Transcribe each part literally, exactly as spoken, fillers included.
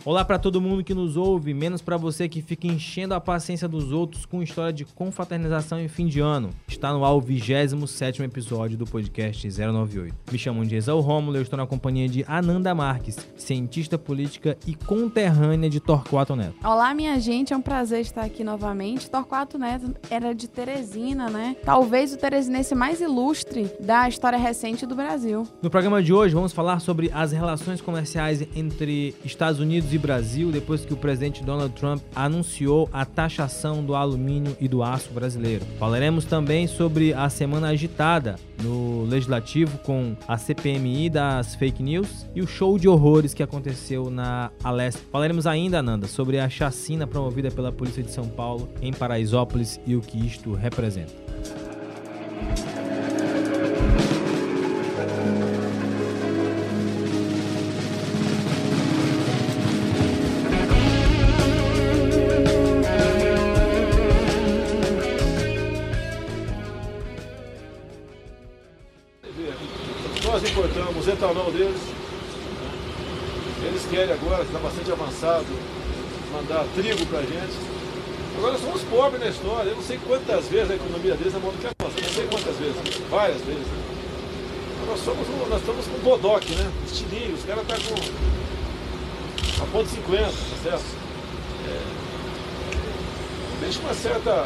Olá para todo mundo que nos ouve, menos para você que fica enchendo a paciência dos outros com história de confraternização em fim de ano. Está no ar o vigésimo sétimo episódio do podcast zero nove oito. Me chamam de Exaú Rômulo, eu estou na companhia de Ananda Marques, cientista política e conterrânea de Torquato Neto. Olá, minha gente, é um prazer estar aqui novamente. Torquato Neto era de Teresina, né? Talvez o teresinense mais ilustre da história recente do Brasil. No programa de hoje vamos falar sobre as relações comerciais entre Estados Unidos e Brasil depois que o presidente Donald Trump anunciou a taxação do alumínio e do aço brasileiro. Falaremos também sobre a semana agitada no Legislativo com a C P M I das fake news e o show de horrores que aconteceu na Alesp. Falaremos ainda, Ananda, sobre a chacina promovida pela Polícia de São Paulo em Paraisópolis e o que isto representa. Nós importamos o etanol deles, eles querem agora, que está bastante avançado, mandar trigo para a gente. Agora nós somos pobres na história, eu não sei quantas vezes a economia deles é maior do que a nossa, não sei quantas vezes, várias vezes. Nós, somos, nós estamos com bodoque, né? Estilinho, os caras estão tá com a ponto cinquenta, tá certo? É, deixa uma certa,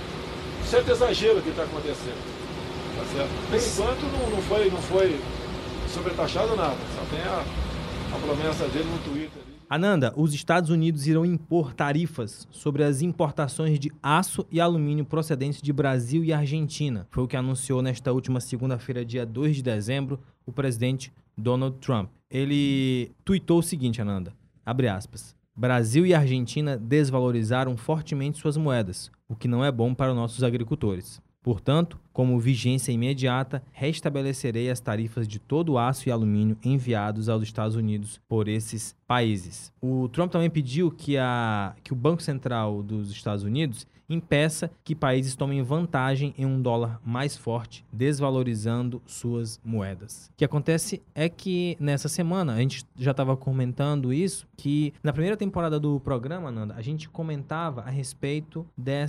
um certo exagero que está acontecendo. Tá certo? Por enquanto não, não foi, não foi sobretaxado nada, só tem a, a promessa dele no Twitter. Ananda, os Estados Unidos irão impor tarifas sobre as importações de aço e alumínio procedentes de Brasil e Argentina. Foi o que anunciou nesta última segunda-feira, dia dois de dezembro, o presidente Donald Trump. Ele tuitou o seguinte, Ananda, abre aspas, Brasil e Argentina desvalorizaram fortemente suas moedas, o que não é bom para nossos agricultores. Portanto, como vigência imediata, restabelecerei as tarifas de todo o aço e alumínio enviados aos Estados Unidos por esses países. O Trump também pediu que, a, que o Banco Central dos Estados Unidos impeça que países tomem vantagem em um dólar mais forte, desvalorizando suas moedas. O que acontece é que nessa semana, a gente já estava comentando isso, que na primeira temporada do programa, Nanda, a gente comentava a respeito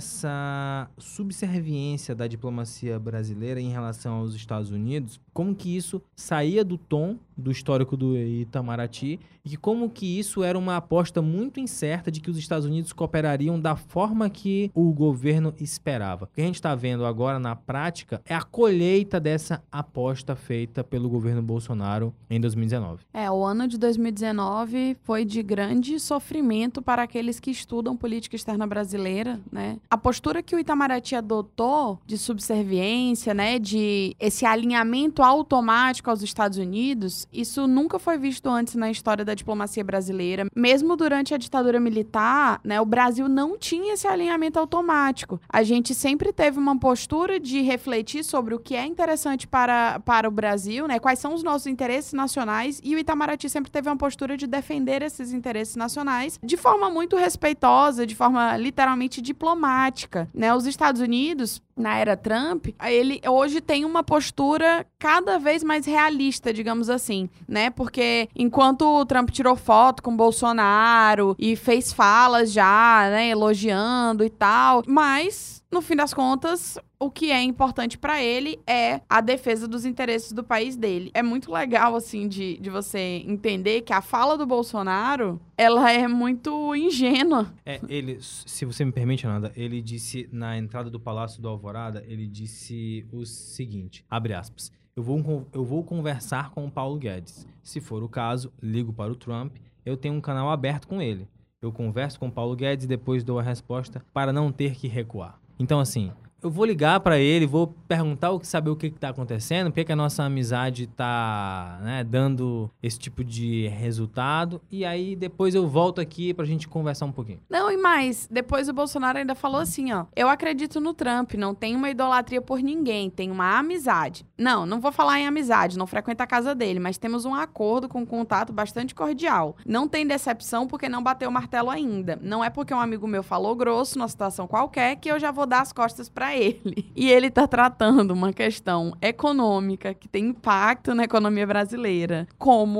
dessa subserviência da diplomacia brasileira em relação aos Estados Unidos, como que isso saía do tom do histórico do Itamaraty e que como que isso era uma aposta muito incerta de que os Estados Unidos cooperariam da forma que o governo esperava. O que a gente está vendo agora na prática é a colheita dessa aposta feita pelo governo Bolsonaro em dois mil e dezenove. É, o ano de dois mil e dezenove foi de grande sofrimento para aqueles que estudam política externa brasileira, né? A postura que o Itamaraty adotou de subserviência, né, de esse alinhamento automático aos Estados Unidos, isso nunca foi visto antes na história da diplomacia brasileira. Mesmo durante a ditadura militar, né, o Brasil não tinha esse alinhamento automático. A gente sempre teve uma postura de refletir sobre o que é interessante para, para o Brasil, né, quais são os nossos interesses nacionais, e o Itamaraty sempre teve uma postura de defender esses interesses nacionais de forma muito respeitosa, de forma literalmente diplomática, né? Os Estados Unidos, na era Trump, ele hoje tem uma postura cada vez mais realista, digamos assim, né? Porque enquanto o Trump tirou foto com Bolsonaro e fez falas já, né, elogiando e tal, mas no fim das contas, o que é importante para ele é a defesa dos interesses do país dele. É muito legal, assim, de, de você entender que a fala do Bolsonaro, ela é muito ingênua. É, ele, se você me permite, Nanda, ele disse na entrada do Palácio do Alvorada, ele disse o seguinte, abre aspas, eu vou, eu vou conversar com o Paulo Guedes. Se for o caso, ligo para o Trump, eu tenho um canal aberto com ele. Eu converso com o Paulo Guedes e depois dou a resposta para não ter que recuar. Então, assim, eu vou ligar para ele, vou perguntar, o que saber o que está acontecendo, por que a nossa amizade está, né, dando esse tipo de resultado, e aí depois eu volto aqui pra gente conversar um pouquinho. Não, e mais, depois o Bolsonaro ainda falou assim, ó, eu acredito no Trump, não tenho uma idolatria por ninguém, tenho uma amizade. Não, não vou falar em amizade, não frequento a casa dele, mas temos um acordo com um contato bastante cordial. Não tem decepção porque não bateu o martelo ainda. Não é porque um amigo meu falou grosso numa situação qualquer que eu já vou dar as costas pra ele. E ele tá tratando uma questão econômica que tem impacto na economia brasileira como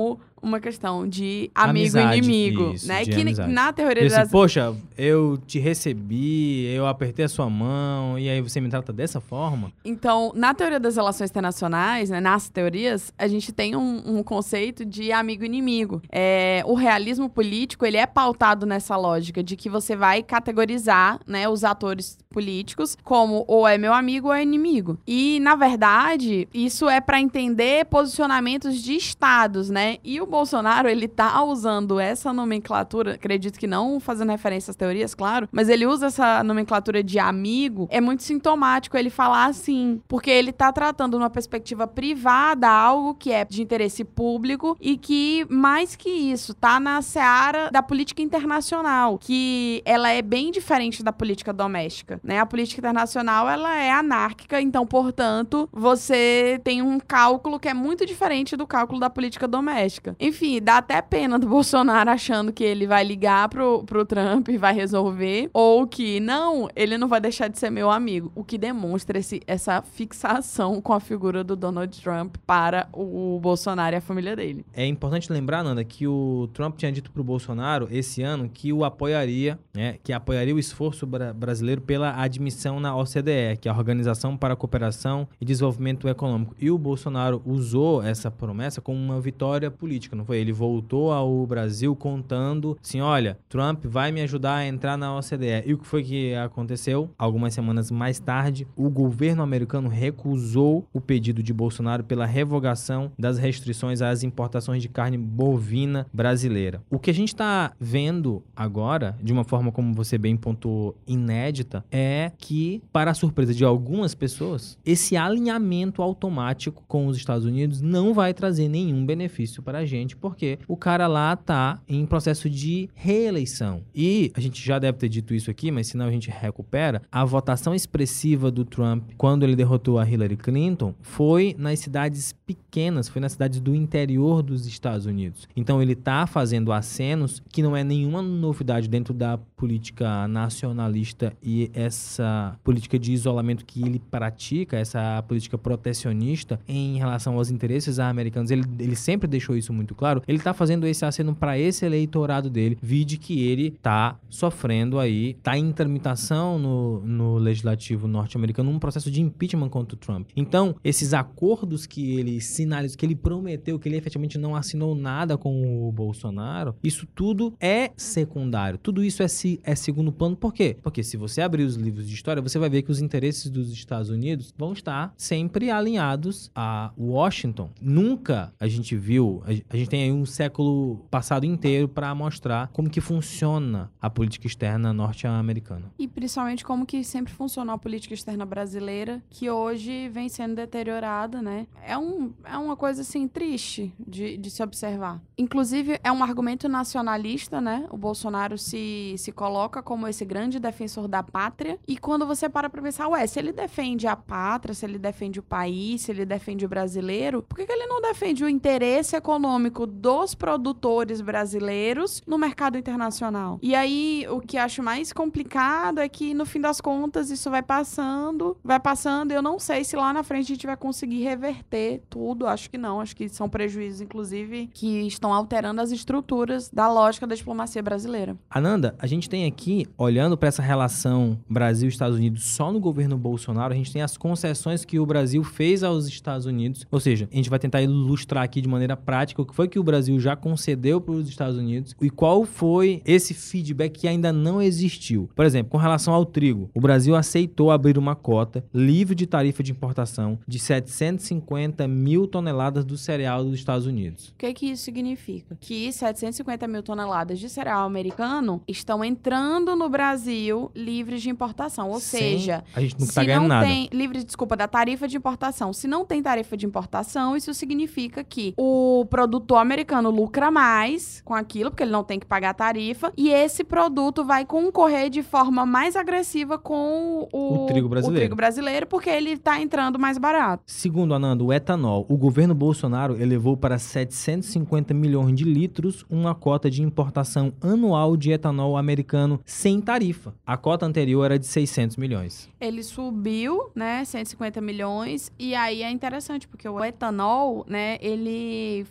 uma questão de amigo Amizade, e inimigo, isso, né? de Que amizade. na teoria Assim, das... poxa, eu te recebi, eu apertei a sua mão e aí você me trata dessa forma? Então, na teoria das relações internacionais, né, nas teorias, a gente tem um, um conceito de amigo e inimigo. É, o realismo político, ele é pautado nessa lógica de que você vai categorizar, né, os atores políticos como ou é meu amigo ou é inimigo. E, na verdade, isso é para entender posicionamentos de estados, né? E o Bolsonaro, ele tá usando essa nomenclatura, acredito que não fazendo referência às teorias, claro, mas ele usa essa nomenclatura de amigo, é muito sintomático ele falar assim, porque ele tá tratando numa perspectiva privada algo que é de interesse público e que, mais que isso, tá na seara da política internacional, que ela é bem diferente da política doméstica, né? A política internacional, ela é anárquica, então, portanto, você tem um cálculo que é muito diferente do cálculo da política doméstica. Enfim, dá até pena do Bolsonaro achando que ele vai ligar pro, pro Trump e vai resolver, ou que, não, ele não vai deixar de ser meu amigo, o que demonstra esse, essa fixação com a figura do Donald Trump para o Bolsonaro e a família dele. É importante lembrar, Nanda, que o Trump tinha dito pro Bolsonaro esse ano que o apoiaria, né, que apoiaria o esforço bra- brasileiro pela admissão na O C D E, que é a Organização para a Cooperação e Desenvolvimento Econômico. E o Bolsonaro usou essa promessa como uma vitória política, não foi? Ele voltou ao Brasil contando assim, olha, Trump vai me ajudar a entrar na O C D E. E o que foi que aconteceu? Algumas semanas mais tarde, o governo americano recusou o pedido de Bolsonaro pela revogação das restrições às importações de carne bovina brasileira. O que a gente está vendo agora, de uma forma como você bem pontuou, inédita, é que, para a surpresa de algumas pessoas, esse alinhamento automático com os Estados Unidos não vai trazer nenhum benefício para a gente, porque o cara lá está em processo de reeleição. E a gente já deve ter dito isso aqui, mas senão a gente recupera, a votação expressiva do Trump, quando ele derrotou a Hillary Clinton, foi nas cidades pequenas, foi nas cidades do interior dos Estados Unidos. Então ele está fazendo acenos que não é nenhuma novidade dentro da política nacionalista e essa política de isolamento que ele pratica, essa política protecionista em relação aos interesses americanos. Ele, ele sempre deixou isso muito claro. Ele está fazendo esse aceno para esse eleitorado dele, vide que ele está sofrendo aí, está em tramitação no, no legislativo norte-americano um processo de impeachment contra o Trump. Então, esses acordos que ele sinalizou, que ele prometeu, que ele efetivamente não assinou nada com o Bolsonaro, isso tudo é secundário. Tudo isso é, se, é segundo plano. Por quê? Porque se você abrir os livros de história, você vai ver que os interesses dos Estados Unidos vão estar sempre alinhados a Washington. Nunca a gente viu, a gente tem aí um século passado inteiro para mostrar como que funciona a política externa norte-americana. E principalmente como que sempre funcionou a política externa brasileira, que hoje vem sendo deteriorada, né? É, um, é uma coisa, assim, triste de, de se observar. Inclusive, é um argumento nacionalista, né? O Bolsonaro se, se coloca como esse grande defensor da pátria. E quando você para pra pensar, ué, se ele defende a pátria, se ele defende o país, se ele defende o brasileiro, por que, que ele não defende o interesse econômico dos produtores brasileiros no mercado internacional? E aí, o que acho mais complicado é que, no fim das contas, isso vai passando, vai passando, eu não sei se lá na frente a gente vai conseguir reverter tudo, acho que não, acho que são prejuízos, inclusive, que estão alterando as estruturas da lógica da diplomacia brasileira. Ananda, a gente tem aqui, olhando para essa relação Brasil-Estados Unidos só no governo Bolsonaro, a gente tem as concessões que o Brasil fez aos Estados Unidos, ou seja, a gente vai tentar ilustrar aqui de maneira prática o que foi que o Brasil já concedeu para os Estados Unidos e qual foi esse feedback que ainda não existiu. Por exemplo, com relação ao trigo, o Brasil aceitou abrir uma cota livre de tarifa de importação de setecentos e cinquenta mil toneladas do cereal dos Estados Unidos. O que que isso significa? Que setecentos e cinquenta mil toneladas de cereal americano estão entrando no Brasil livres de importação, ou Sem, seja, a gente não se tá ganhando não nada. tem livre, desculpa, da tarifa de importação. Se não tem tarifa de importação, isso significa que o produtor americano lucra mais com aquilo, porque ele não tem que pagar a tarifa, e esse produto vai concorrer de forma mais agressiva com o, O trigo brasileiro. o trigo brasileiro, porque ele está entrando mais barato. Segundo Ananda, o etanol, o governo Bolsonaro elevou para setecentos e cinquenta milhões de litros uma cota de importação anual de etanol americano sem tarifa. A cota anterior era de seiscentos milhões. Ele subiu, né, cento e cinquenta milhões, e aí é interessante, porque o etanol, né, ele foi uma grande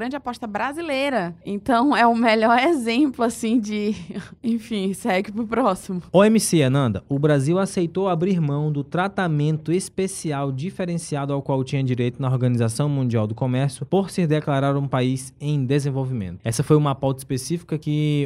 grande aposta brasileira. Então, é o melhor exemplo, assim, de... Enfim, segue pro próximo. O M C, Ananda, o Brasil aceitou abrir mão do tratamento especial diferenciado ao qual tinha direito na Organização Mundial do Comércio por se declarar um país em desenvolvimento. Essa foi uma pauta específica que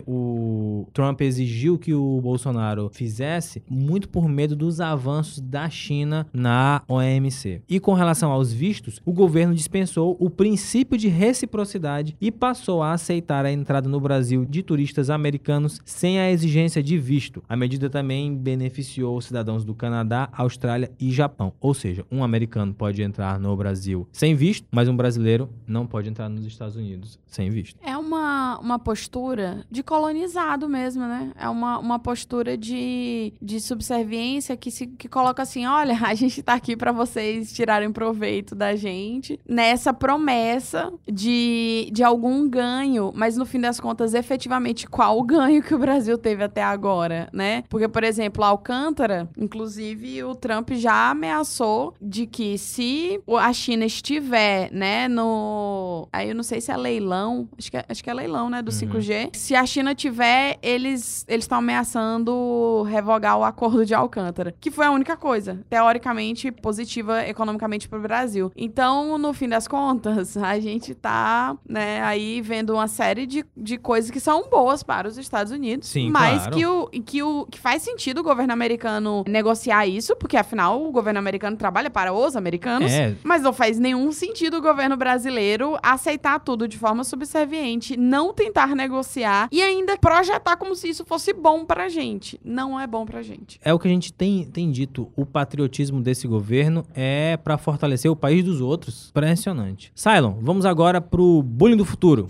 o Trump exigiu que o Bolsonaro fizesse, muito por medo dos avanços da China na O M C. E com relação aos vistos, o governo dispensou o princípio de reciprocidade e passou a aceitar a entrada no Brasil de turistas americanos sem a exigência de visto. A medida também beneficiou os cidadãos do Canadá, Austrália e Japão. Ou seja, um americano pode entrar no Brasil sem visto, mas um brasileiro não pode entrar nos Estados Unidos sem visto. É uma, uma postura de colonizado mesmo, né? É uma, uma postura de, de subserviência que, se, que coloca assim, olha, a gente tá aqui pra vocês tirarem proveito da gente, nessa promessa de, de algum ganho, mas no fim das contas, efetivamente, qual o ganho que o Brasil teve até agora, né? Porque, por exemplo, a Alcântara, inclusive, o Trump já ameaçou de que se a China estiver, né, no... Aí eu não sei se é leilão, acho que é, acho que é leilão, né, do uhum. cinco G. Se a China tiver, eles eles estão ameaçando revogar o acordo de Alcântara, que foi a única coisa, teoricamente, positiva economicamente pro Brasil. Então, no fim das contas, a gente tá, né, aí vendo uma série de, de coisas que são boas para os Estados Unidos. Sim, mas claro. que, o, que, o, que faz sentido o governo americano negociar isso, porque afinal o governo americano trabalha para os americanos, é. Mas não faz nenhum sentido o governo brasileiro aceitar tudo de forma subserviente, não tentar negociar e ainda projetar como se isso fosse bom pra gente. Não é bom pra gente. É o que a gente tem, tem dito, o patriotismo desse governo é pra fortalecer o país dos outros. Impressionante. Cylon, vamos agora pro bullying do futuro.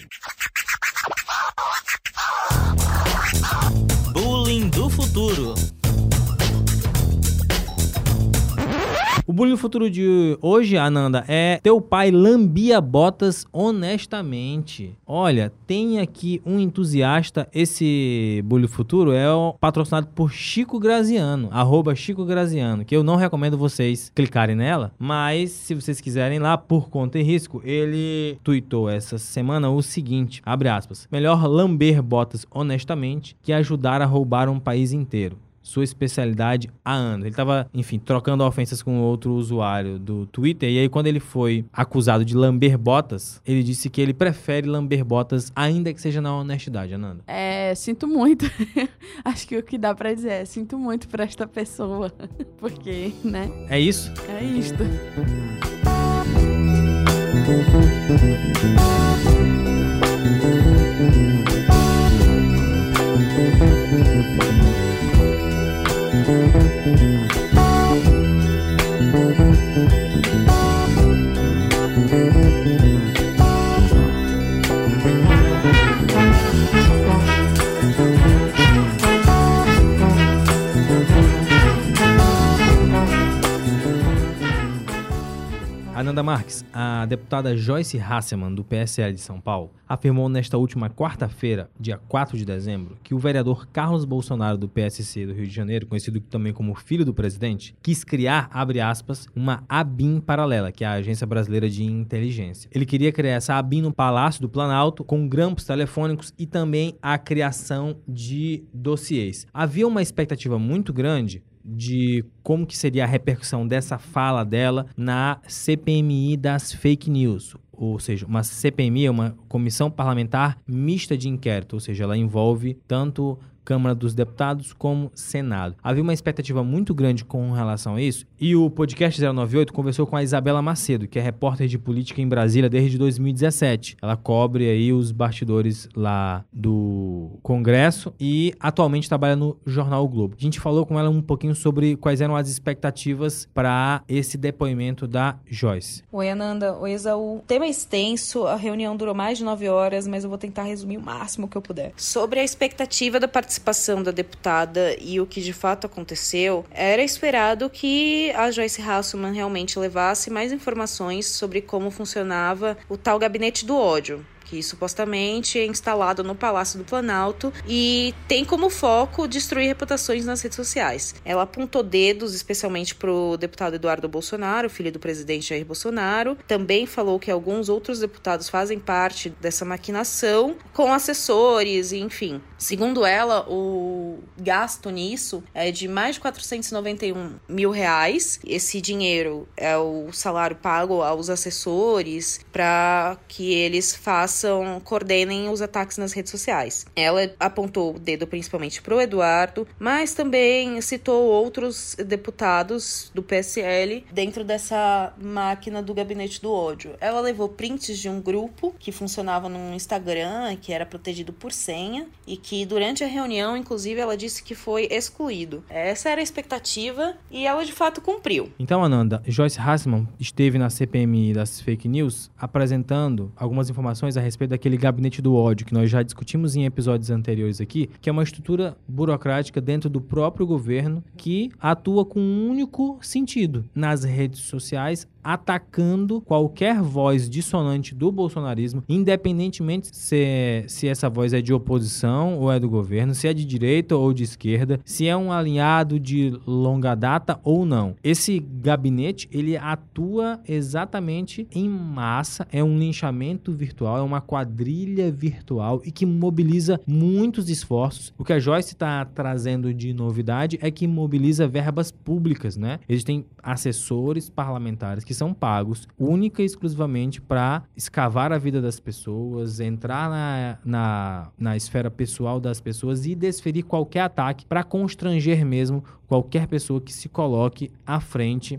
Bullying do futuro. O bullying no futuro de hoje, Ananda, é teu pai lambia botas honestamente. Olha, tem aqui um entusiasta, esse bullying futuro é patrocinado por Chico Graziano, arroba Chico Graziano, que eu não recomendo vocês clicarem nela, mas se vocês quiserem lá, por conta e risco, ele tweetou essa semana o seguinte, abre aspas, melhor lamber botas honestamente que ajudar a roubar um país inteiro. Sua especialidade há anos. Ele estava, enfim, trocando ofensas com outro usuário do Twitter. E aí, quando ele foi acusado de lamber botas, ele disse que ele prefere lamber botas, ainda que seja na honestidade, Ananda. É, sinto muito. Acho que o que dá pra dizer é, sinto muito pra esta pessoa. Porque, né? É isso? É isto. Ananda Marques, a deputada Joyce Hasselmann, do P S L de São Paulo, afirmou nesta última quarta-feira, dia quatro de dezembro, que o vereador Carlos Bolsonaro, do P S C do Rio de Janeiro, conhecido também como filho do presidente, quis criar, abre aspas, uma ABIN paralela, que é a Agência Brasileira de Inteligência. Ele queria criar essa ABIN no Palácio do Planalto, com grampos telefônicos e também a criação de dossiês. Havia uma expectativa muito grande de como que seria a repercussão dessa fala dela na C P M I das fake news, ou seja, uma C P M I é uma comissão parlamentar mista de inquérito, ou seja, ela envolve tanto Câmara dos Deputados como Senado. Havia uma expectativa muito grande com relação a isso e o podcast zero nove oito conversou com a Isabela Macedo, que é repórter de política em Brasília desde dois mil e dezessete. Ela cobre aí os bastidores lá do Congresso e atualmente trabalha no jornal o Globo. A gente falou com ela um pouquinho sobre quais eram as expectativas para esse depoimento da Joyce. Oi, Ananda. Oi, Esaú. O tema é extenso, a reunião durou mais de nove horas, mas eu vou tentar resumir o máximo que eu puder. Sobre a expectativa da participação participação da deputada e o que de fato aconteceu, era esperado que a Joyce Hasselmann realmente levasse mais informações sobre como funcionava o tal gabinete do ódio, que supostamente é instalado no Palácio do Planalto e tem como foco destruir reputações nas redes sociais. Ela apontou dedos especialmente para o deputado Eduardo Bolsonaro, filho do presidente Jair Bolsonaro. Também falou que alguns outros deputados fazem parte dessa maquinação com assessores, enfim. Segundo ela, o gasto nisso é de mais de quatrocentos e noventa e um mil reais. Esse dinheiro é o salário pago aos assessores para que eles façam, coordenem os ataques nas redes sociais. Ela apontou o dedo principalmente para o Eduardo, mas também citou outros deputados do P S L dentro dessa máquina do gabinete do ódio. Ela levou prints de um grupo que funcionava no Instagram, que era protegido por senha, e que durante a reunião, inclusive, ela disse que foi excluído. Essa era a expectativa e ela de fato cumpriu. Então, Ananda, Joyce Hasselman esteve na C P M das fake news apresentando algumas informações a respeito daquele gabinete do ódio que nós já discutimos em episódios anteriores aqui, que é uma estrutura burocrática dentro do próprio governo que atua com um único sentido nas redes sociais, atacando qualquer voz dissonante do bolsonarismo, independentemente se, se essa voz é de oposição ou é do governo, se é de direita ou de esquerda, se é um alinhado de longa data ou não. Esse gabinete, ele atua exatamente em massa, é um linchamento virtual, é uma quadrilha virtual e que mobiliza muitos esforços. O que a Joyce está trazendo de novidade é que mobiliza verbas públicas, né? Eles têm assessores parlamentares que são pagos única e exclusivamente para escavar a vida das pessoas, entrar na, na, na esfera pessoal das pessoas e desferir qualquer ataque para constranger mesmo qualquer pessoa que se coloque à frente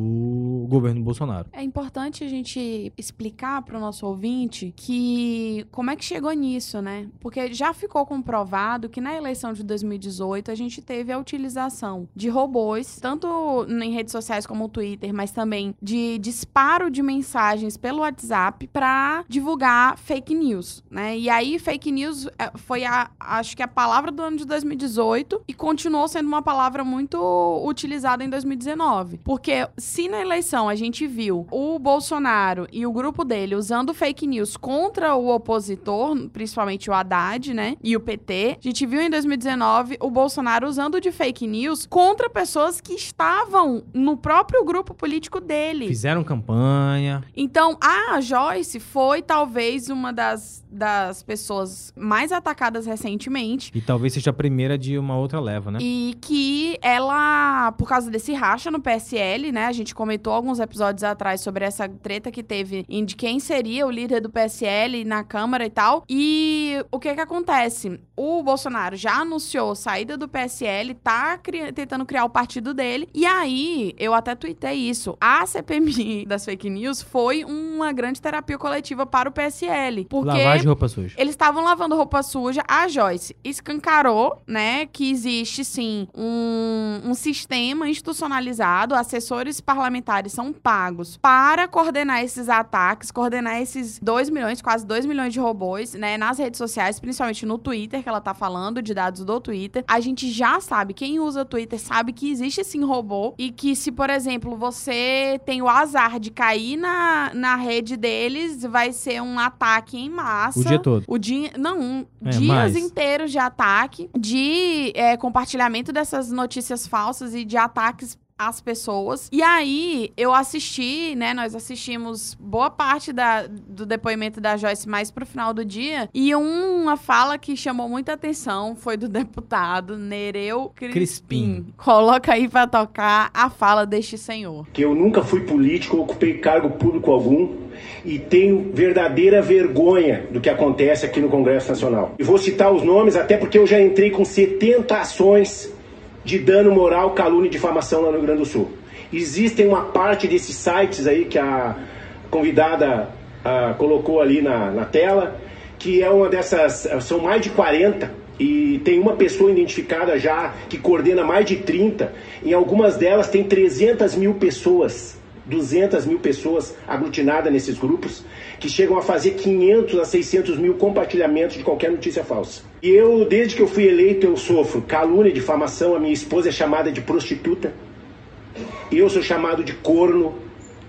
do governo Bolsonaro. É importante a gente explicar para o nosso ouvinte que como é que chegou nisso, né? Porque já ficou comprovado que na eleição de dois mil e dezoito a gente teve a utilização de robôs, tanto em redes sociais como o Twitter, mas também de disparo de mensagens pelo WhatsApp para divulgar fake news, né? E aí fake news foi a, acho que a palavra do ano de dois mil e dezoito e continuou sendo uma palavra muito utilizada em dois mil e dezenove. Porque se na eleição a gente viu o Bolsonaro e o grupo dele usando fake news contra o opositor, principalmente o Haddad, né? E o P T, a gente viu em dois mil e dezenove o Bolsonaro usando de fake news contra pessoas que estavam no próprio grupo político dele. Fizeram campanha. Então, a Joyce foi talvez uma das, das pessoas mais atacadas recentemente. E talvez seja a primeira de uma outra leva, né? E que ela, por causa desse racha no P S L, né? A gente comentou alguns episódios atrás sobre essa treta que teve em de quem seria o líder do P S L na Câmara e tal. E o que que acontece? O Bolsonaro já anunciou saída do P S L, tá cri- tentando criar o partido dele. E aí, eu até tuitei isso. A C P M das fake news foi uma grande terapia coletiva para o P S L. Porque lavagem de roupa suja. Eles estavam lavando roupa suja. A Joyce escancarou, né, que existe, sim, um, um sistema institucionalizado. Assessores parlamentares são pagos para coordenar esses ataques, coordenar esses dois milhões, quase dois milhões de robôs, né, nas redes sociais, principalmente no Twitter, que ela tá falando, de dados do Twitter. A gente já sabe, quem usa Twitter sabe que existe, sim, robô e que se, por exemplo, você tem o azar de cair na, na rede deles, vai ser um ataque em massa. O dia todo. O dia, não, um, É, dias mais. inteiros de ataque, de é, compartilhamento dessas notícias falsas e de ataques às pessoas. E aí, eu assisti, né, nós assistimos boa parte da, do depoimento da Joyce mais pro final do dia, e uma fala que chamou muita atenção foi do deputado Nereu Crispim. Crispim. Coloca aí pra tocar a fala deste senhor. Que eu nunca fui político, ocupei cargo público algum e tenho verdadeira vergonha do que acontece aqui no Congresso Nacional. E vou citar os nomes até porque eu já entrei com setenta ações de dano moral, calúnia e difamação lá no Rio Grande do Sul. Existem uma parte desses sites aí que a convidada uh, colocou ali na, na tela, que é uma dessas, são mais de quarenta, e tem uma pessoa identificada já que coordena mais de trinta. Em algumas delas tem trezentas mil pessoas, duzentas mil pessoas aglutinadas nesses grupos, que chegam a fazer quinhentos a seiscentos mil compartilhamentos de qualquer notícia falsa. E eu, desde que eu fui eleito, eu sofro calúnia e difamação. A minha esposa é chamada de prostituta, eu sou chamado de corno,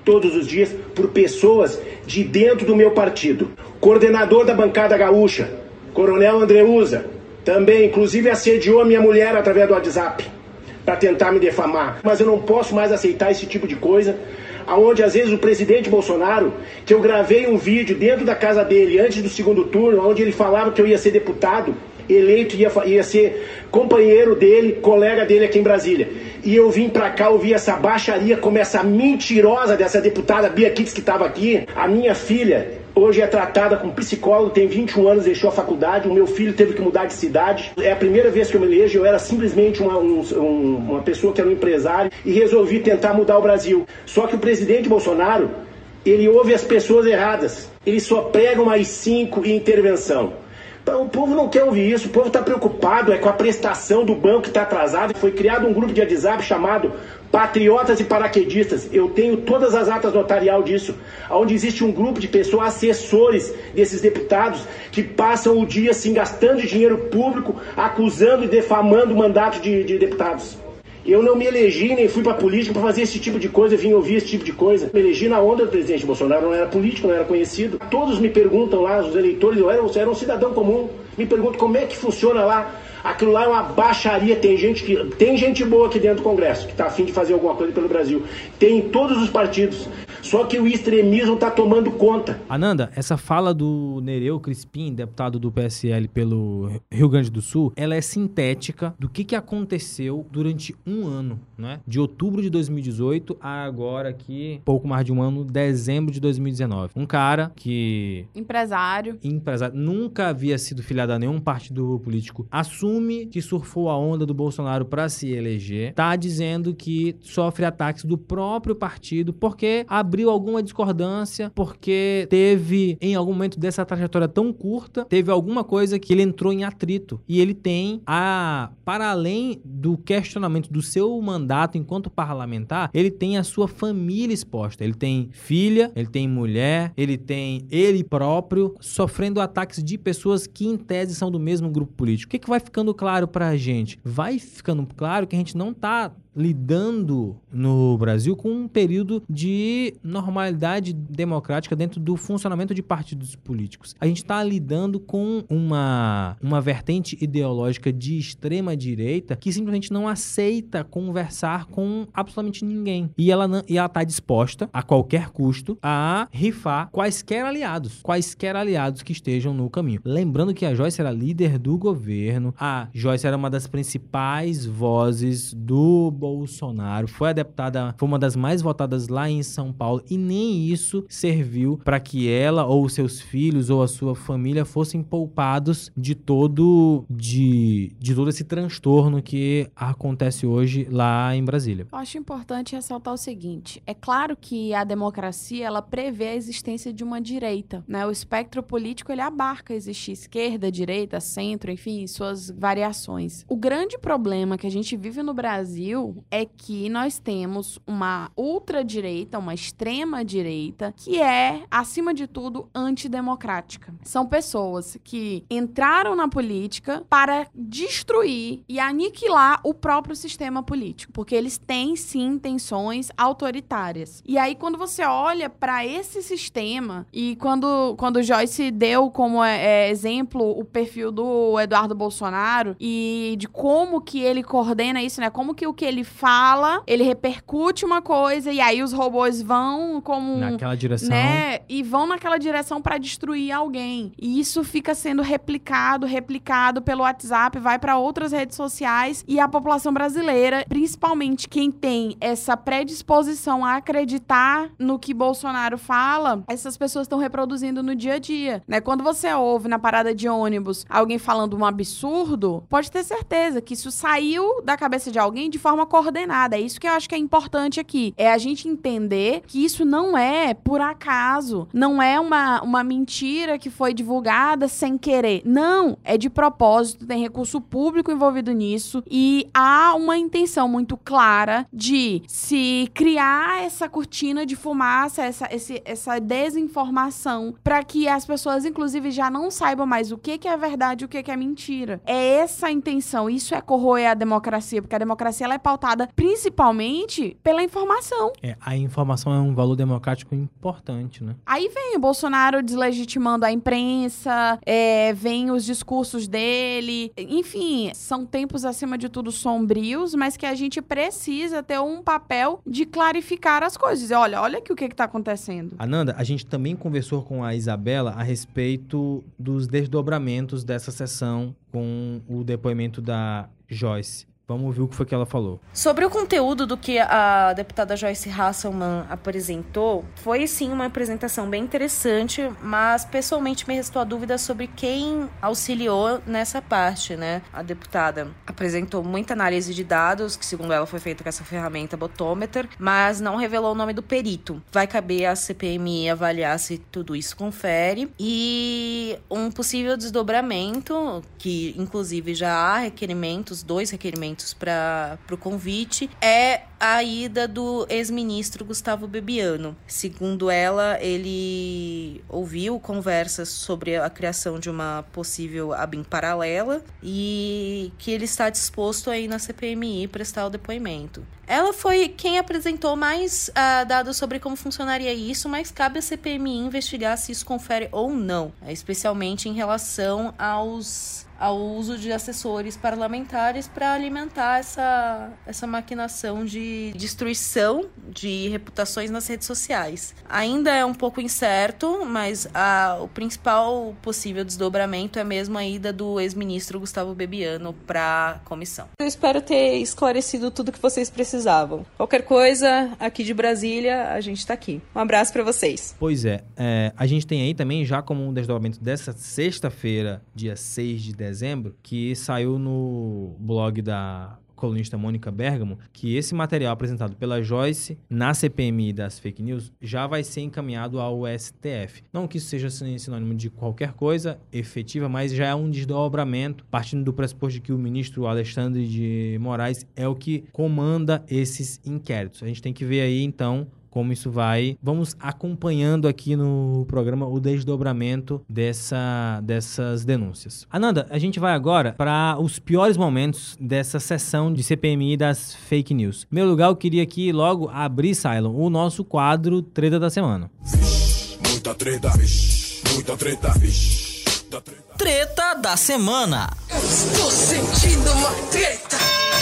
todos os dias por pessoas de dentro do meu partido. Coordenador da bancada gaúcha, Coronel Andreuza, também, inclusive, assediou a minha mulher através do WhatsApp para tentar me defamar. Mas eu não posso mais aceitar esse tipo de coisa, onde às vezes o presidente Bolsonaro, que eu gravei um vídeo dentro da casa dele antes do segundo turno, onde ele falava que eu ia ser deputado eleito, ia, ia ser companheiro dele, colega dele aqui em Brasília. E eu vim pra cá ouvir essa baixaria, como essa mentirosa dessa deputada Bia Kicis que estava aqui. A minha filha hoje é tratada com psicólogo, tem vinte e um anos, deixou a faculdade. O meu filho teve que mudar de cidade. É a primeira vez que eu me elejo, eu era simplesmente uma, um, um, uma pessoa que era um empresário e resolvi tentar mudar o Brasil. Só que o presidente Bolsonaro, ele ouve as pessoas erradas. Ele só prega uma I cinco e intervenção. Então, o povo não quer ouvir isso, o povo está preocupado é com a prestação do banco que está atrasado. Foi criado um grupo de WhatsApp chamado Patriotas e Paraquedistas. Eu tenho todas as atas notarial disso, onde existe um grupo de pessoas, assessores desses deputados, que passam o dia assim, gastando dinheiro público, acusando e defamando o mandato de, de deputados. Eu não me elegi, nem fui para política para fazer esse tipo de coisa, vim ouvir esse tipo de coisa. Me elegi na onda do presidente Bolsonaro, não era político, não era conhecido. Todos me perguntam lá, os eleitores, eu era, eu era um cidadão comum, me perguntam como é que funciona lá. Aquilo lá é uma baixaria, tem gente, que, tem gente boa aqui dentro do Congresso, que está a fim de fazer alguma coisa pelo Brasil. Tem em todos os partidos, só que o extremismo está tomando conta. Ananda, essa fala do Nereu Crispim, deputado do P S L pelo Rio Grande do Sul, ela é sintética do que, que aconteceu durante um ano, né? De outubro de dois mil e dezoito a agora aqui, pouco mais de um ano, dezembro de dois mil e dezenove. Um cara que... Empresário. Empresário. Nunca havia sido filiado a nenhum partido político. Assume que surfou a onda do Bolsonaro para se eleger, tá dizendo que sofre ataques do próprio partido porque abriu alguma discordância, porque teve, em algum momento dessa trajetória tão curta, teve alguma coisa que ele entrou em atrito. E ele tem, a, para além do questionamento do seu mandato enquanto parlamentar, ele tem a sua família exposta. Ele tem filha, ele tem mulher, ele tem ele próprio sofrendo ataques de pessoas que, em tese, são do mesmo grupo político. O que, que vai ficando claro pra gente? Vai ficando claro que a gente não tá lidando no Brasil com um período de normalidade democrática dentro do funcionamento de partidos políticos. A gente está lidando com uma, uma vertente ideológica de extrema direita que simplesmente não aceita conversar com absolutamente ninguém. E ela não, e ela está disposta, a qualquer custo, a rifar quaisquer aliados, quaisquer aliados que estejam no caminho. Lembrando que a Joyce era líder do governo, a Joyce era uma das principais vozes do Bolsonaro, foi a deputada, foi uma das mais votadas lá em São Paulo e nem isso serviu para que ela ou seus filhos ou a sua família fossem poupados de todo de, de todo esse transtorno que acontece hoje lá em Brasília. Eu acho importante ressaltar o seguinte, é claro que a democracia ela prevê a existência de uma direita, né? O espectro político ele abarca existir esquerda, direita, centro, enfim, suas variações. O grande problema que a gente vive no Brasil é que nós temos uma ultradireita, uma extrema-direita, que é, acima de tudo, antidemocrática. São pessoas que entraram na política para destruir e aniquilar o próprio sistema político, porque eles têm, sim, intenções autoritárias. E aí, quando você olha para esse sistema, e quando, quando Joyce deu como é, é, exemplo o perfil do Eduardo Bolsonaro e de como que ele coordena isso, né? Como que o que ele fala, ele repercute uma coisa e aí os robôs vão como... Naquela direção. Né? E vão naquela direção para destruir alguém. E isso fica sendo replicado, replicado pelo WhatsApp, vai para outras redes sociais e a população brasileira, principalmente quem tem essa predisposição a acreditar no que Bolsonaro fala, essas pessoas estão reproduzindo no dia a dia, né? Quando você ouve na parada de ônibus alguém falando um absurdo, pode ter certeza que isso saiu da cabeça de alguém de forma coordenada. É isso que eu acho que é importante aqui. É a gente entender que isso não é por acaso. Não é uma, uma mentira que foi divulgada sem querer. Não. É de propósito. Tem recurso público envolvido nisso. E há uma intenção muito clara de se criar essa cortina de fumaça, essa, esse, essa desinformação, para que as pessoas, inclusive, já não saibam mais o que, que é verdade e o que, que é mentira. É essa a intenção. Isso é corroer a democracia, porque a democracia ela é pautada pautada principalmente pela informação. É, a informação é um valor democrático importante, né? Aí vem o Bolsonaro deslegitimando a imprensa, é, vem os discursos dele. Enfim, são tempos, acima de tudo, sombrios, mas que a gente precisa ter um papel de clarificar as coisas. Olha, olha aqui o que está acontecendo. Ananda, a gente também conversou com a Isabela a respeito dos desdobramentos dessa sessão com o depoimento da Joyce. Vamos ouvir o que foi que ela falou. Sobre o conteúdo do que a deputada Joyce Hasselmann apresentou, foi sim uma apresentação bem interessante, mas pessoalmente me restou a dúvida sobre quem auxiliou nessa parte, né? A deputada apresentou muita análise de dados, que segundo ela foi feita com essa ferramenta Botometer, mas não revelou o nome do perito. Vai caber à C P M I avaliar se tudo isso confere. E um possível desdobramento, que inclusive já há requerimentos, dois requerimentos para o convite, é a ida do ex-ministro Gustavo Bebiano. Segundo ela, ele ouviu conversas sobre a criação de uma possível A B I N paralela e que ele está disposto a ir na C P M I prestar o depoimento. Ela foi quem apresentou mais uh, dados sobre como funcionaria isso, mas cabe à C P M I investigar se isso confere ou não, especialmente em relação aos ao uso de assessores parlamentares para alimentar essa, essa maquinação de destruição de reputações nas redes sociais. Ainda é um pouco incerto, mas a, o principal possível desdobramento é mesmo a ida do ex-ministro Gustavo Bebiano para a comissão. Eu espero ter esclarecido tudo que vocês precisavam. Qualquer coisa, aqui de Brasília, a gente está aqui. Um abraço para vocês. Pois é, é, a gente tem aí também, já como um desdobramento dessa sexta-feira, dia seis de dezembro, que saiu no blog da colunista Mônica Bergamo, que esse material apresentado pela Joyce na C P M I das fake news já vai ser encaminhado ao S T F. Não que isso seja sinônimo de qualquer coisa efetiva, mas já é um desdobramento, partindo do pressuposto de que o ministro Alexandre de Moraes é o que comanda esses inquéritos. A gente tem que ver aí, então, como isso vai. Vamos acompanhando aqui no programa o desdobramento dessa, dessas denúncias. Ananda, a gente vai agora para os piores momentos dessa sessão de C P M I das fake news. Em primeiro lugar, eu queria aqui logo abrir, Cylon, o nosso quadro Treta da Semana. Vixe, muita treta, vixe, muita treta, vixe, da treta. Treta da Semana. Eu estou sentindo uma treta.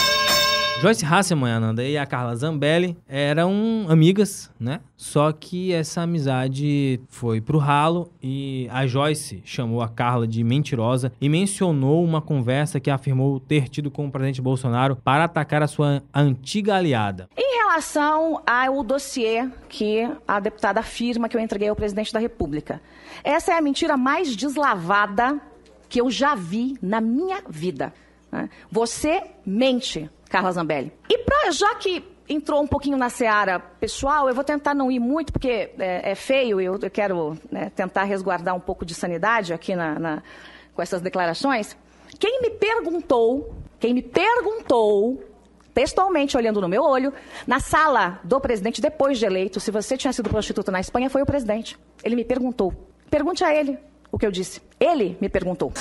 Joyce Hasselmann, Ananda, e a Carla Zambelli eram amigas, né? Só que essa amizade foi pro ralo e a Joyce chamou a Carla de mentirosa e mencionou uma conversa que afirmou ter tido com o presidente Bolsonaro para atacar a sua antiga aliada. Em relação ao dossiê que a deputada afirma que eu entreguei ao presidente da República, essa é a mentira mais deslavada que eu já vi na minha vida. Né? Você mente, Carla Zambelli. E pra, já que entrou um pouquinho na seara pessoal, eu vou tentar não ir muito, porque é, é feio, eu, eu quero né, tentar resguardar um pouco de sanidade aqui na, na, com essas declarações. Quem me perguntou, quem me perguntou, textualmente olhando no meu olho, na sala do presidente, depois de eleito, se você tinha sido prostituta na Espanha, foi o presidente. Ele me perguntou. Pergunte a ele o que eu disse. Ele me perguntou.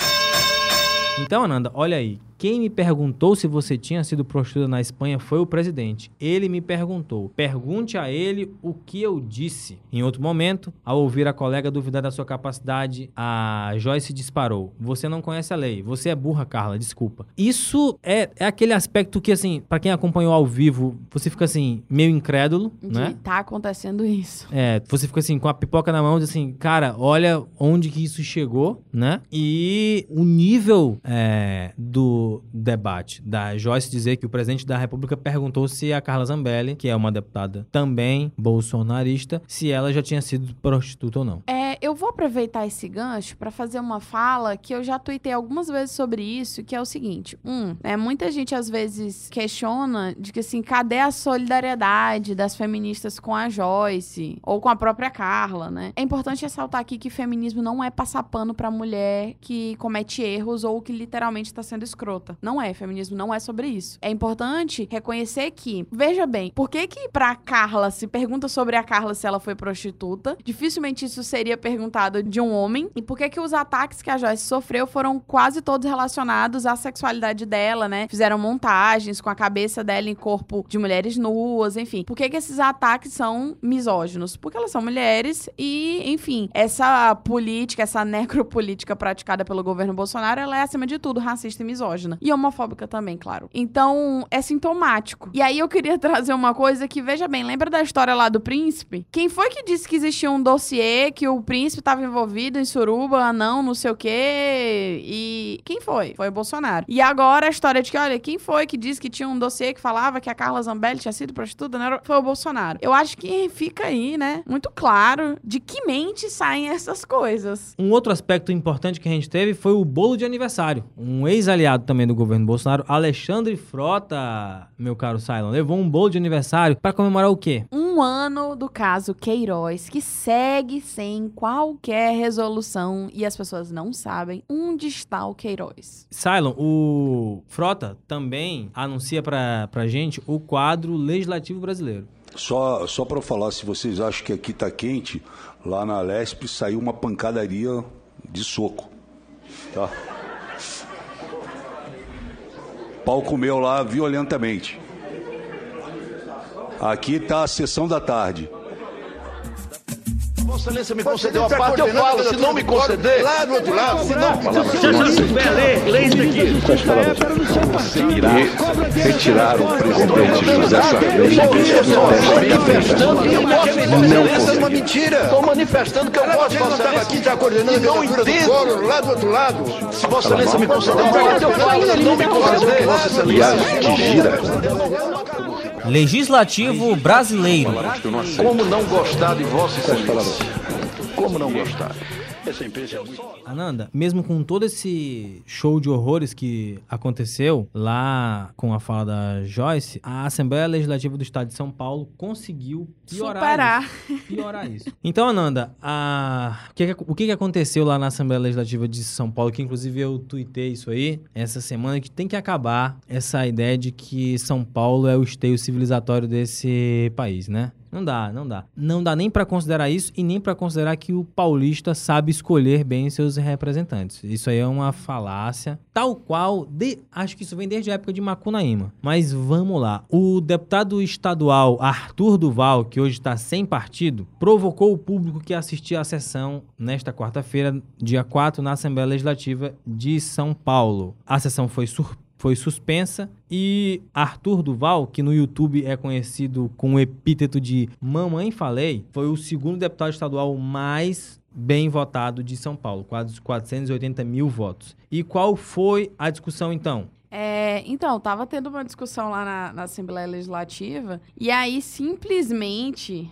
Então, Ananda, olha aí. Quem me perguntou se você tinha sido prostituta na Espanha foi o presidente. Ele me perguntou. Pergunte a ele o que eu disse. Em outro momento, ao ouvir a colega duvidar da sua capacidade, a Joyce disparou. Você não conhece a lei. Você é burra, Carla. Desculpa. Isso é, é aquele aspecto que, assim, pra quem acompanhou ao vivo, você fica, assim, meio incrédulo, de né? Tá acontecendo isso. É, você fica, assim, com a pipoca na mão, assim, cara, olha onde que isso chegou, né? E o nível é, do debate da Joyce dizer que o presidente da República perguntou se a Carla Zambelli, que é uma deputada também bolsonarista, se ela já tinha sido prostituta ou não. É, eu vou aproveitar esse gancho para fazer uma fala que eu já tuitei algumas vezes sobre isso, que é o seguinte. Um, né, muita gente às vezes questiona de que assim, cadê a solidariedade das feministas com a Joyce ou com a própria Carla, né? É importante ressaltar aqui que feminismo não é passar pano pra mulher que comete erros ou que literalmente está sendo escrota. Não é, feminismo não é sobre isso. É importante reconhecer que, veja bem, por que que pra Carla se pergunta sobre a Carla se ela foi prostituta? Dificilmente isso seria perguntado perguntado de um homem e por que que os ataques que a Joyce sofreu foram quase todos relacionados à sexualidade dela, né? Fizeram montagens com a cabeça dela em corpo de mulheres nuas, enfim. Por que que esses ataques são misóginos? Porque elas são mulheres e, enfim, essa política, essa necropolítica praticada pelo governo Bolsonaro, ela é, acima de tudo, racista e misógina. E homofóbica também, claro. Então, é sintomático. E aí eu queria trazer uma coisa que, veja bem, lembra da história lá do príncipe? Quem foi que disse que existia um dossiê, que o príncipe estava envolvido em suruba, anão, não sei o quê? E quem foi? Foi o Bolsonaro. E agora a história de que, olha, quem foi que disse que tinha um dossiê que falava que a Carla Zambelli tinha sido prostituta? Não era... Foi o Bolsonaro. Eu acho que fica aí, né, muito claro de que mente saem essas coisas. Um outro aspecto importante que a gente teve foi o bolo de aniversário. Um ex-aliado também do governo Bolsonaro, Alexandre Frota, meu caro Cylon, levou um bolo de aniversário para comemorar o quê? Um ano do caso Queiroz, que segue sem qualquer resolução e as pessoas não sabem onde está o Queiroz. Cylon, o Frota também anuncia pra, pra gente o quadro legislativo brasileiro. Só, só para falar, se vocês acham que aqui tá quente, lá na Lesp saiu uma pancadaria de soco, tá? Pau comeu lá violentamente. Aqui tá a sessão da tarde. Vossa Excelência me concedeu a parte, eu falo. Se não me conceder, lá do outro lado, se não... Se eu não souber ler, lê isso aqui. E retiraram o presidente José Sarney. Estou manifestando que eu posso. Essa é uma mentira. Estou manifestando que eu posso. Vossa Excelência aqui está coordenando a candidatura do Collor, lá do outro lado. Se Vossa Excelência me conceder a parte, eu falo. Se não me conceder, Vossa Excelência... Que gira. Legislativo brasileiro. Como não gostar de Vossa Excelência? Como não gostar? Essa empresa é muito... Ananda, mesmo com todo esse show de horrores que aconteceu lá com a fala da Joyce, a Assembleia Legislativa do Estado de São Paulo conseguiu piorar Superar. isso. Piorar isso. Então, Ananda, a... o, que, o que aconteceu lá na Assembleia Legislativa de São Paulo, que inclusive eu tuitei isso aí essa semana, que tem que acabar essa ideia de que São Paulo é o esteio civilizatório desse país, né? Não dá, não dá. Não dá nem pra considerar isso e nem pra considerar que o paulista sabe escolher bem seus representantes. Isso aí é uma falácia, tal qual, de, acho que isso vem desde a época de Macunaíma. Mas vamos lá. O deputado estadual Arthur Duval, que hoje está sem partido, provocou o público que assistia à sessão nesta quarta-feira, dia quatro, na Assembleia Legislativa de São Paulo. A sessão foi surpresa. Foi suspensa e Arthur Duval, que no YouTube é conhecido com o epíteto de Mamãe Falei, foi o segundo deputado estadual mais bem votado de São Paulo, quase quatrocentos e oitenta mil votos. E qual foi a discussão então? É, então, tava tendo uma discussão lá na, na Assembleia Legislativa e aí simplesmente...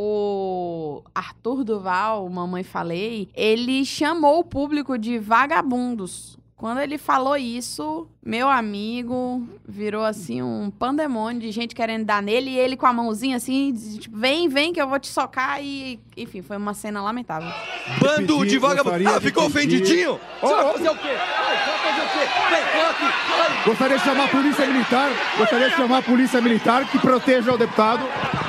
O Arthur Duval, Mamãe Falei, ele chamou o público de vagabundos. Quando ele falou isso, meu amigo, virou assim um pandemônio de gente querendo dar nele e ele com a mãozinha assim, tipo, vem, vem que eu vou te socar e... Enfim, foi uma cena lamentável. Bando de vagabundo! Ah, ficou ofendidinho? Oh, Você vai oh. fazer o quê? Ai, você vai fazer o quê? Vem, coloque! Ai. Gostaria de chamar a polícia militar, gostaria de chamar a polícia militar que proteja o deputado.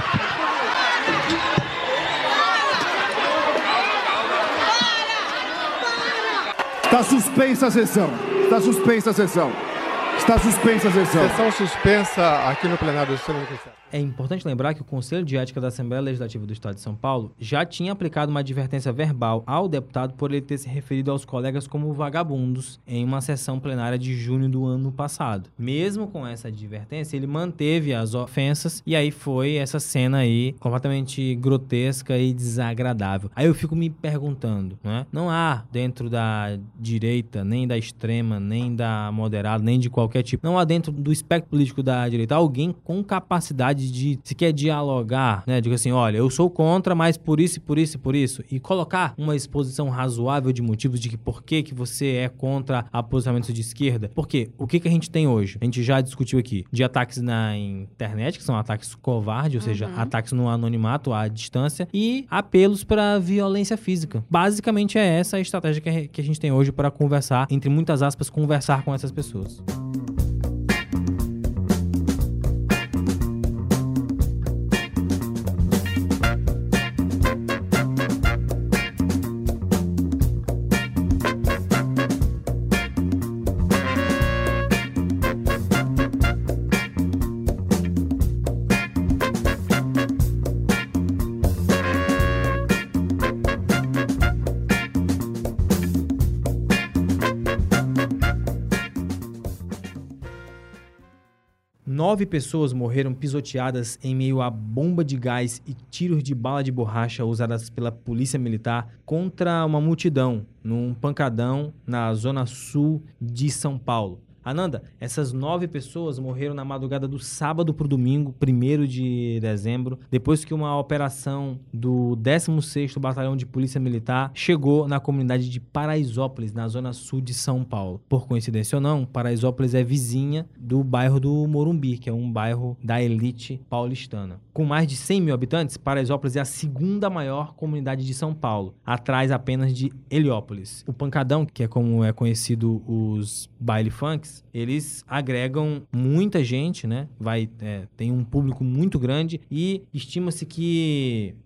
Está suspensa a sessão. Está suspensa a sessão. Está suspensa a sessão. Sessão suspensa aqui no plenário do Senado. É importante lembrar que o Conselho de Ética da Assembleia Legislativa do Estado de São Paulo já tinha aplicado uma advertência verbal ao deputado por ele ter se referido aos colegas como vagabundos em uma sessão plenária de junho do ano passado. Mesmo com essa advertência, ele manteve as ofensas e aí foi essa cena aí completamente grotesca e desagradável. Aí eu fico me perguntando, né? Não há dentro da direita, nem da extrema, nem da moderada, nem de qualquer tipo, não há dentro do espectro político da direita alguém com capacidade de se quer dialogar, né? Digo assim, olha, eu sou contra, mas por isso, por isso, por isso. E colocar uma exposição razoável de motivos de que por que, que você é contra a posicionamento de esquerda. Porque o que, que a gente tem hoje? A gente já discutiu aqui de ataques na internet, que são ataques covardes, ou uhum. seja, ataques no anonimato, à distância, e apelos para violência física. Basicamente é essa a estratégia que que a gente tem hoje para conversar, entre muitas aspas, conversar com essas pessoas. Nove pessoas morreram pisoteadas em meio a bomba de gás e tiros de bala de borracha usadas pela polícia militar contra uma multidão num pancadão na zona sul de São Paulo. Ananda, essas nove pessoas morreram na madrugada do sábado para o domingo, primeiro de dezembro, depois que uma operação do décimo sexto Batalhão de Polícia Militar chegou na comunidade de Paraisópolis, na zona sul de São Paulo. Por coincidência ou não, Paraisópolis é vizinha do bairro do Morumbi, que é um bairro da elite paulistana. Com mais de cem mil habitantes, Paraisópolis é a segunda maior comunidade de São Paulo, atrás apenas de Heliópolis. O pancadão, que é como é conhecido os baile funks, eles agregam muita gente, né? Vai, é, tem um público muito grande e estima-se que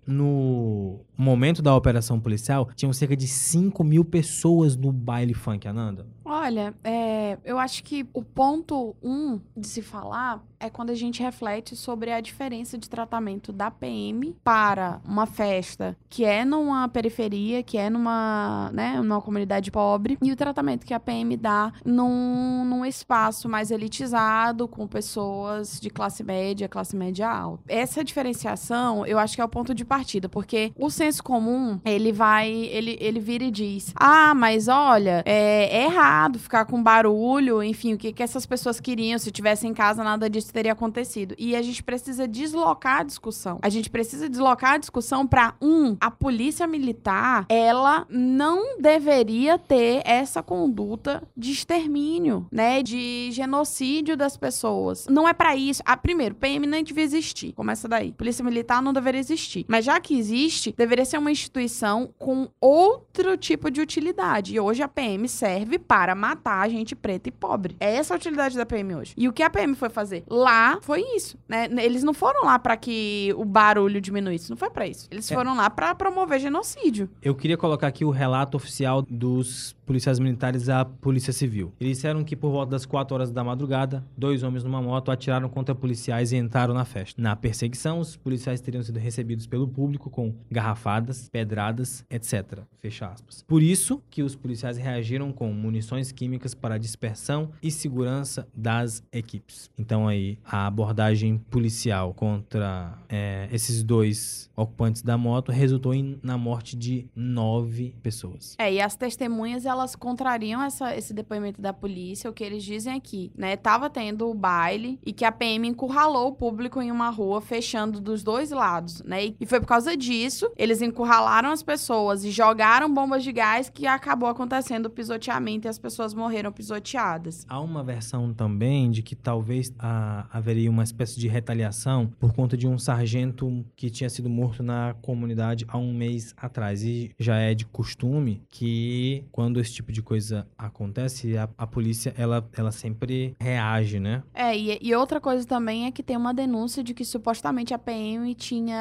no momento da operação policial tinham cerca de cinco mil pessoas no baile funk, Ananda. Olha, é, eu acho que o ponto um de se falar é quando a gente reflete sobre a diferença de tratamento da P M para uma festa que é numa periferia, que é numa, né, numa comunidade pobre, e o tratamento que a P M dá num, num espaço mais elitizado, com pessoas de classe média, classe média alta. Essa diferenciação, eu acho que é o ponto de partida, porque o senso comum, ele vai, ele, ele vira e diz, ah, mas olha, é, é errado ficar com barulho, enfim, o que, que essas pessoas queriam, se tivessem em casa nada disso teria acontecido. E a gente precisa deslocar a discussão. A gente precisa deslocar a discussão para, um, a polícia militar, ela não deveria ter essa conduta de extermínio, né, de genocídio das pessoas. Não é para isso. Ah, primeiro, P M nem devia existir. Começa daí. Polícia militar não deveria existir. Mas já que existe, deveria ser uma instituição com outro tipo de utilidade. E hoje a P M serve para matar a gente preta e pobre. É essa a utilidade da P M hoje. E o que a P M foi fazer? Lá foi isso, né? Eles não foram lá para que o barulho diminuísse. Não foi para isso. Eles É. foram lá para promover genocídio. Eu queria colocar aqui o relato oficial dos policiais militares à Polícia Civil. Eles disseram que por volta das quatro horas da madrugada, dois homens numa moto atiraram contra policiais e entraram na festa. Na perseguição, os policiais teriam sido recebidos pelo público com garrafadas, pedradas, etcétera. Fecha aspas. Por isso que os policiais reagiram com munições químicas para a dispersão e segurança das equipes. Então aí, a abordagem policial contra é, esses dois ocupantes da moto resultou em, na morte de nove pessoas. É, e as testemunhas, elas contrariam essa, esse depoimento da polícia. O que eles dizem aqui, né? Tava tendo o baile e que a P M encurralou o público em uma rua, fechando dos dois lados, né? E foi por causa disso, eles encurralaram as pessoas e jogaram bombas de gás, que acabou acontecendo o pisoteamento e as pessoas morreram pisoteadas. Há uma versão também de que talvez ah, haveria uma espécie de retaliação por conta de um sargento que tinha sido morto na comunidade há um mês atrás. E já é de costume que quando esse tipo de coisa acontece, a, a polícia, ela, ela sempre reage, né? É, e, e outra coisa também é que tem uma denúncia de que supostamente a P M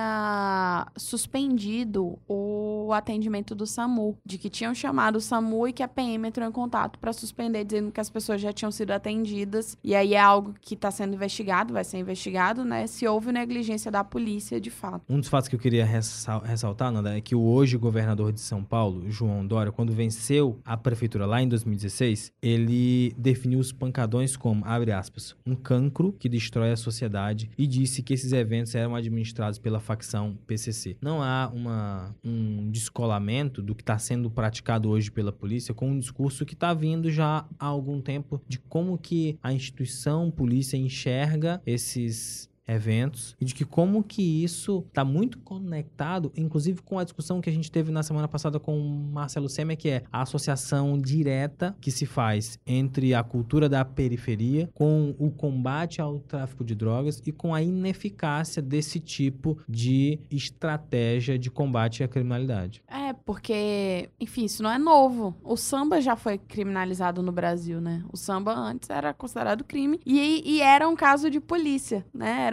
tinha suspendido o atendimento do SAMU, de que tinham chamado o SAMU e que a P M entrou em contato para suspender, dizendo que as pessoas já tinham sido atendidas, e aí é algo que está sendo investigado, vai ser investigado, né, se houve negligência da polícia de fato. Um dos fatos que eu queria ressal- ressaltar, Nanda, é que o hoje governador de São Paulo, João Dória, quando venceu a prefeitura lá em dois mil e dezesseis, ele definiu os pancadões como, abre aspas, um cancro que destrói a sociedade, e disse que esses eventos eram administrados pela facção P C C. Não há uma, um descolamento do que está sendo praticado hoje pela polícia com um discurso que está vindo já há algum tempo de como que a instituição polícia enxerga esses eventos e de que como que isso está muito conectado, inclusive com a discussão que a gente teve na semana passada com o Marcelo Sema, que é a associação direta que se faz entre a cultura da periferia com o combate ao tráfico de drogas e com a ineficácia desse tipo de estratégia de combate à criminalidade. É, porque, enfim, isso não é novo. O samba já foi criminalizado no Brasil, né? O samba antes era considerado crime e, e era um caso de polícia, né? Era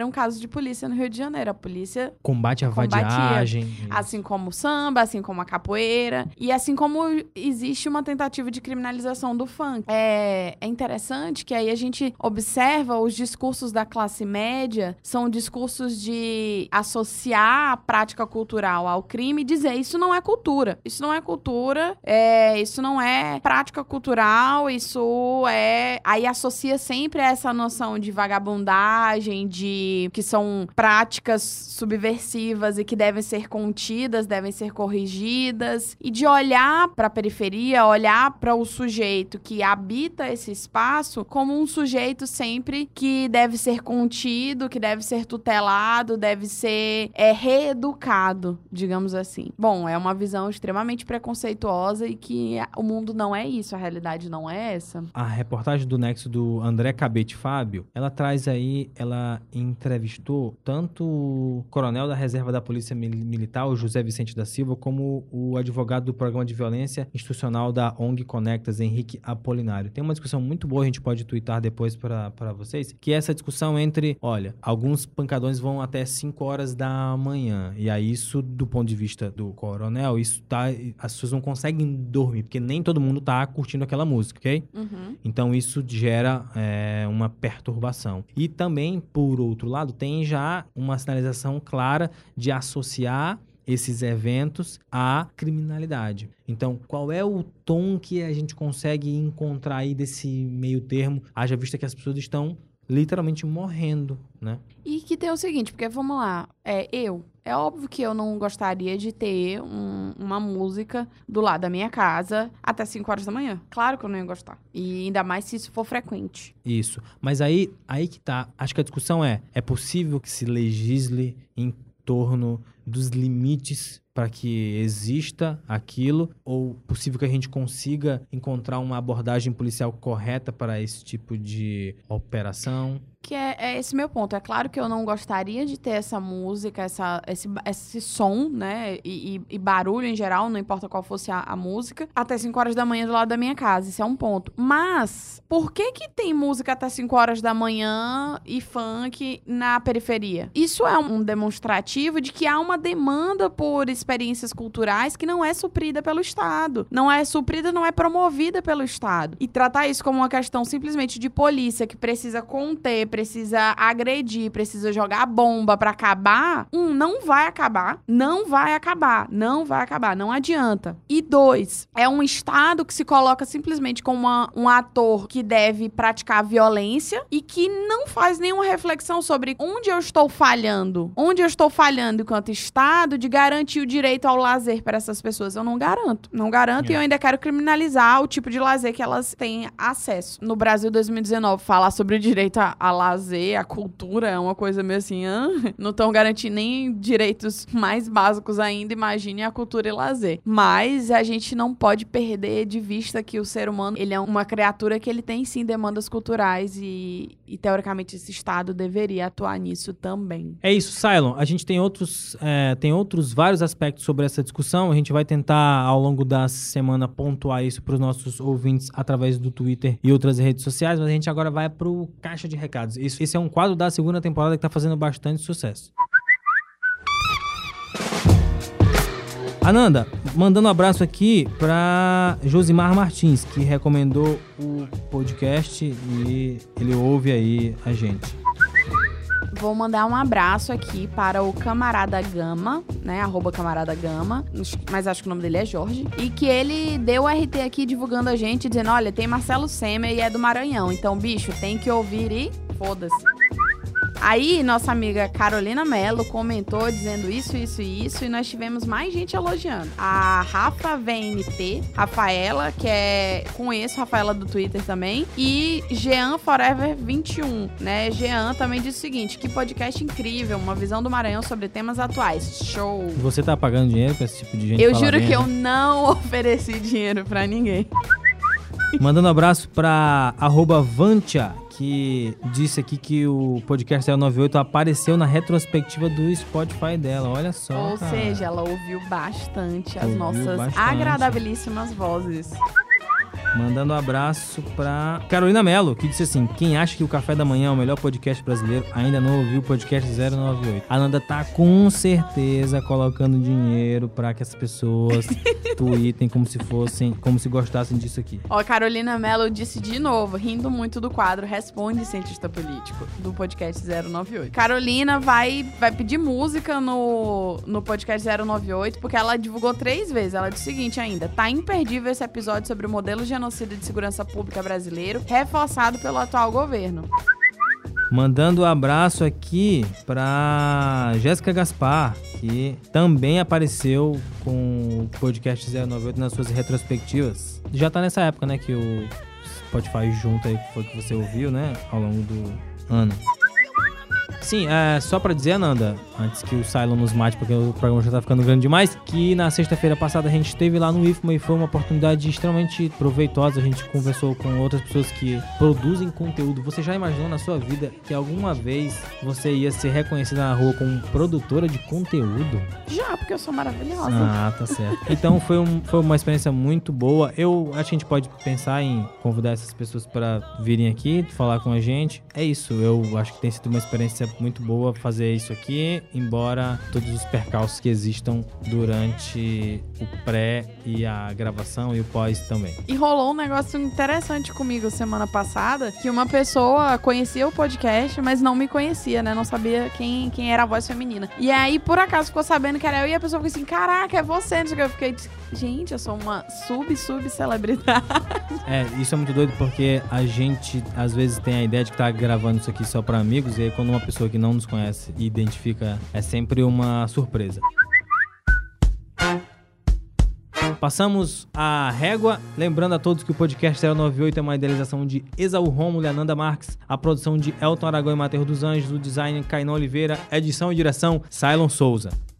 um caso de polícia no Rio de Janeiro. A polícia combate a combatia, vadiagem. assim como o samba, assim como a capoeira, e assim como existe uma tentativa de criminalização do funk. É, é interessante que aí a gente observa os discursos da classe média, são discursos de associar a prática cultural ao crime e dizer isso não é cultura, isso não é cultura, é, isso não é prática cultural, isso é... Aí associa sempre essa noção de vagabundagem, de que são práticas subversivas e que devem ser contidas, devem ser corrigidas, e de olhar para a periferia, olhar para o sujeito que habita esse espaço como um sujeito sempre que deve ser contido, que deve ser tutelado, deve ser é, reeducado, digamos assim. Bom, é uma visão extremamente preconceituosa e que o mundo não é isso, a realidade não é essa. A reportagem do Nexo do André Cabete Fábio, ela traz aí, ela entrevistou tanto o coronel da reserva da Polícia Militar, o José Vicente da Silva, como o advogado do Programa de Violência Institucional da O N G Conectas, Henrique Apolinário. Tem uma discussão muito boa, a gente pode twittar depois para vocês, que é essa discussão entre, olha, alguns pancadões vão até cinco horas da manhã, e aí isso, do ponto de vista do coronel, isso tá, as pessoas não conseguem dormir, porque nem todo mundo tá curtindo aquela música, ok? Uhum. Então isso gera é, uma perturbação. E também, por outro lado, tem já uma sinalização clara de associar esses eventos à criminalidade. Então, qual é o tom que a gente consegue encontrar aí desse meio termo, haja vista que as pessoas estão literalmente morrendo, né? E que tem o seguinte, porque vamos lá, é, eu, é óbvio que eu não gostaria de ter um, uma música do lado da minha casa até cinco horas da manhã. Claro que eu não ia gostar. E ainda mais se isso for frequente. Isso. Mas aí, aí que tá. Acho que a discussão é, é possível que se legisle em torno dos limites para que exista aquilo, ou possível que a gente consiga encontrar uma abordagem policial correta para esse tipo de operação? Que é, é esse meu ponto. É claro que eu não gostaria de ter essa música, essa, esse, esse som, né? E, e, e barulho em geral, não importa qual fosse a, a música, até cinco horas da manhã do lado da minha casa. Isso é um ponto. Mas, por que que tem música até cinco horas da manhã e funk na periferia? Isso é um demonstrativo de que há uma demanda por experiências culturais que não é suprida pelo Estado. Não é suprida, não é promovida pelo Estado. E tratar isso como uma questão simplesmente de polícia que precisa conter, precisa agredir, precisa jogar bomba pra acabar, um, não vai acabar, não vai acabar, não vai acabar, não adianta. E dois, é um Estado que se coloca simplesmente como uma, um ator que deve praticar violência e que não faz nenhuma reflexão sobre onde eu estou falhando, onde eu estou falhando enquanto Estado de garantir o direito ao lazer para essas pessoas. Eu não garanto, não garanto, é. E eu ainda quero criminalizar o tipo de lazer que elas têm acesso. No Brasil dois mil e dezenove, falar sobre o direito a, a lazer, a cultura, é uma coisa meio assim, ah, não estão garantindo nem direitos mais básicos ainda, imagine a cultura e lazer. Mas a gente não pode perder de vista que o ser humano, ele é uma criatura que ele tem sim demandas culturais e, e teoricamente esse Estado deveria atuar nisso também. É isso, Cylon. A gente tem outros, é, tem outros vários aspectos sobre essa discussão. A gente vai tentar ao longo da semana pontuar isso para os nossos ouvintes através do Twitter e outras redes sociais, mas a gente agora vai pro Caixa de Recados. Isso, esse é um quadro da segunda temporada que tá fazendo bastante sucesso. Ananda, mandando um abraço aqui pra Josimar Martins, que recomendou o podcast e ele ouve aí a gente. Vou mandar um abraço aqui para o Camarada Gama, né, arroba Camarada Gama, mas acho que o nome dele é Jorge, e que ele deu o R T aqui divulgando a gente, dizendo, olha, tem Marcelo Semer e é do Maranhão, então, bicho, tem que ouvir e foda-se. Aí, nossa amiga Carolina Mello comentou dizendo isso, isso e isso, e nós tivemos mais gente elogiando. A Rafa V N T, Rafaela, que é, conheço Rafaela do Twitter também, e Jean Forever vinte e um, né? Jean também disse o seguinte, que podcast incrível, uma visão do Maranhão sobre temas atuais. Show! Você tá pagando dinheiro pra esse tipo de gente? Eu juro bem, que né? Eu não ofereci dinheiro pra ninguém. Mandando um abraço pra arroba Vantia, que disse aqui que o podcast zero nove oito apareceu na retrospectiva do Spotify dela, olha só. Ou cara. seja, ela ouviu bastante as ouviu nossas bastante. agradabilíssimas vozes. Mandando um abraço pra Carolina Mello, que disse assim: quem acha que o Café da Manhã é o melhor podcast brasileiro ainda não ouviu o podcast zero nove oito. A Nanda tá com certeza colocando dinheiro pra que as pessoas tweetem como se fossem, como se gostassem disso aqui. Ó, Carolina Mello disse de novo, rindo muito do quadro Responde Cientista Político, do podcast zero nove oito. Carolina vai, vai pedir música no, no podcast zero nove oito, porque ela divulgou três vezes. Ela disse o seguinte ainda: tá imperdível esse episódio sobre o modelo genocida de segurança pública brasileiro, reforçado pelo atual governo. Mandando um abraço aqui pra Jéssica Gaspar, que também apareceu com o podcast zero nove oito nas suas retrospectivas. Já tá nessa época, né, que o Spotify junta aí, que foi que você ouviu, né, ao longo do ano. Sim, é, só pra dizer, Ananda, antes que o Cylon nos mate, porque o programa já tá ficando grande demais, que na sexta-feira passada a gente esteve lá no I F M A e foi uma oportunidade extremamente proveitosa. A gente conversou com outras pessoas que produzem conteúdo. Você já imaginou na sua vida que alguma vez você ia ser reconhecida na rua como produtora de conteúdo? Já, porque eu sou maravilhosa. Ah, tá certo. Então foi, um, foi uma experiência muito boa. Eu acho que a gente pode pensar em convidar essas pessoas para virem aqui, falar com a gente. É isso, eu acho que tem sido uma experiência muito boa fazer isso aqui, embora todos os percalços que existam durante o pré e a gravação e o pós também. E rolou um negócio interessante comigo semana passada, que uma pessoa conhecia o podcast, mas não me conhecia, né? Não sabia quem, quem era a voz feminina. E aí, por acaso, ficou sabendo que era eu, e a pessoa ficou assim: caraca, é você, não sei o que. Eu fiquei, gente, eu sou uma sub-sub-celebridade. É, isso é muito doido, porque a gente, às vezes, tem a ideia de que tá gravando isso aqui só pra amigos, e aí quando uma pessoa que não nos conhece e identifica, é sempre uma surpresa. Passamos a régua, lembrando a todos que o podcast zero nove oito é uma idealização de Esaú Rômulo e Ananda Marques, a produção de Elton Aragão e Matheus dos Anjos, o design Cainão Oliveira, edição e direção Cylon Souza.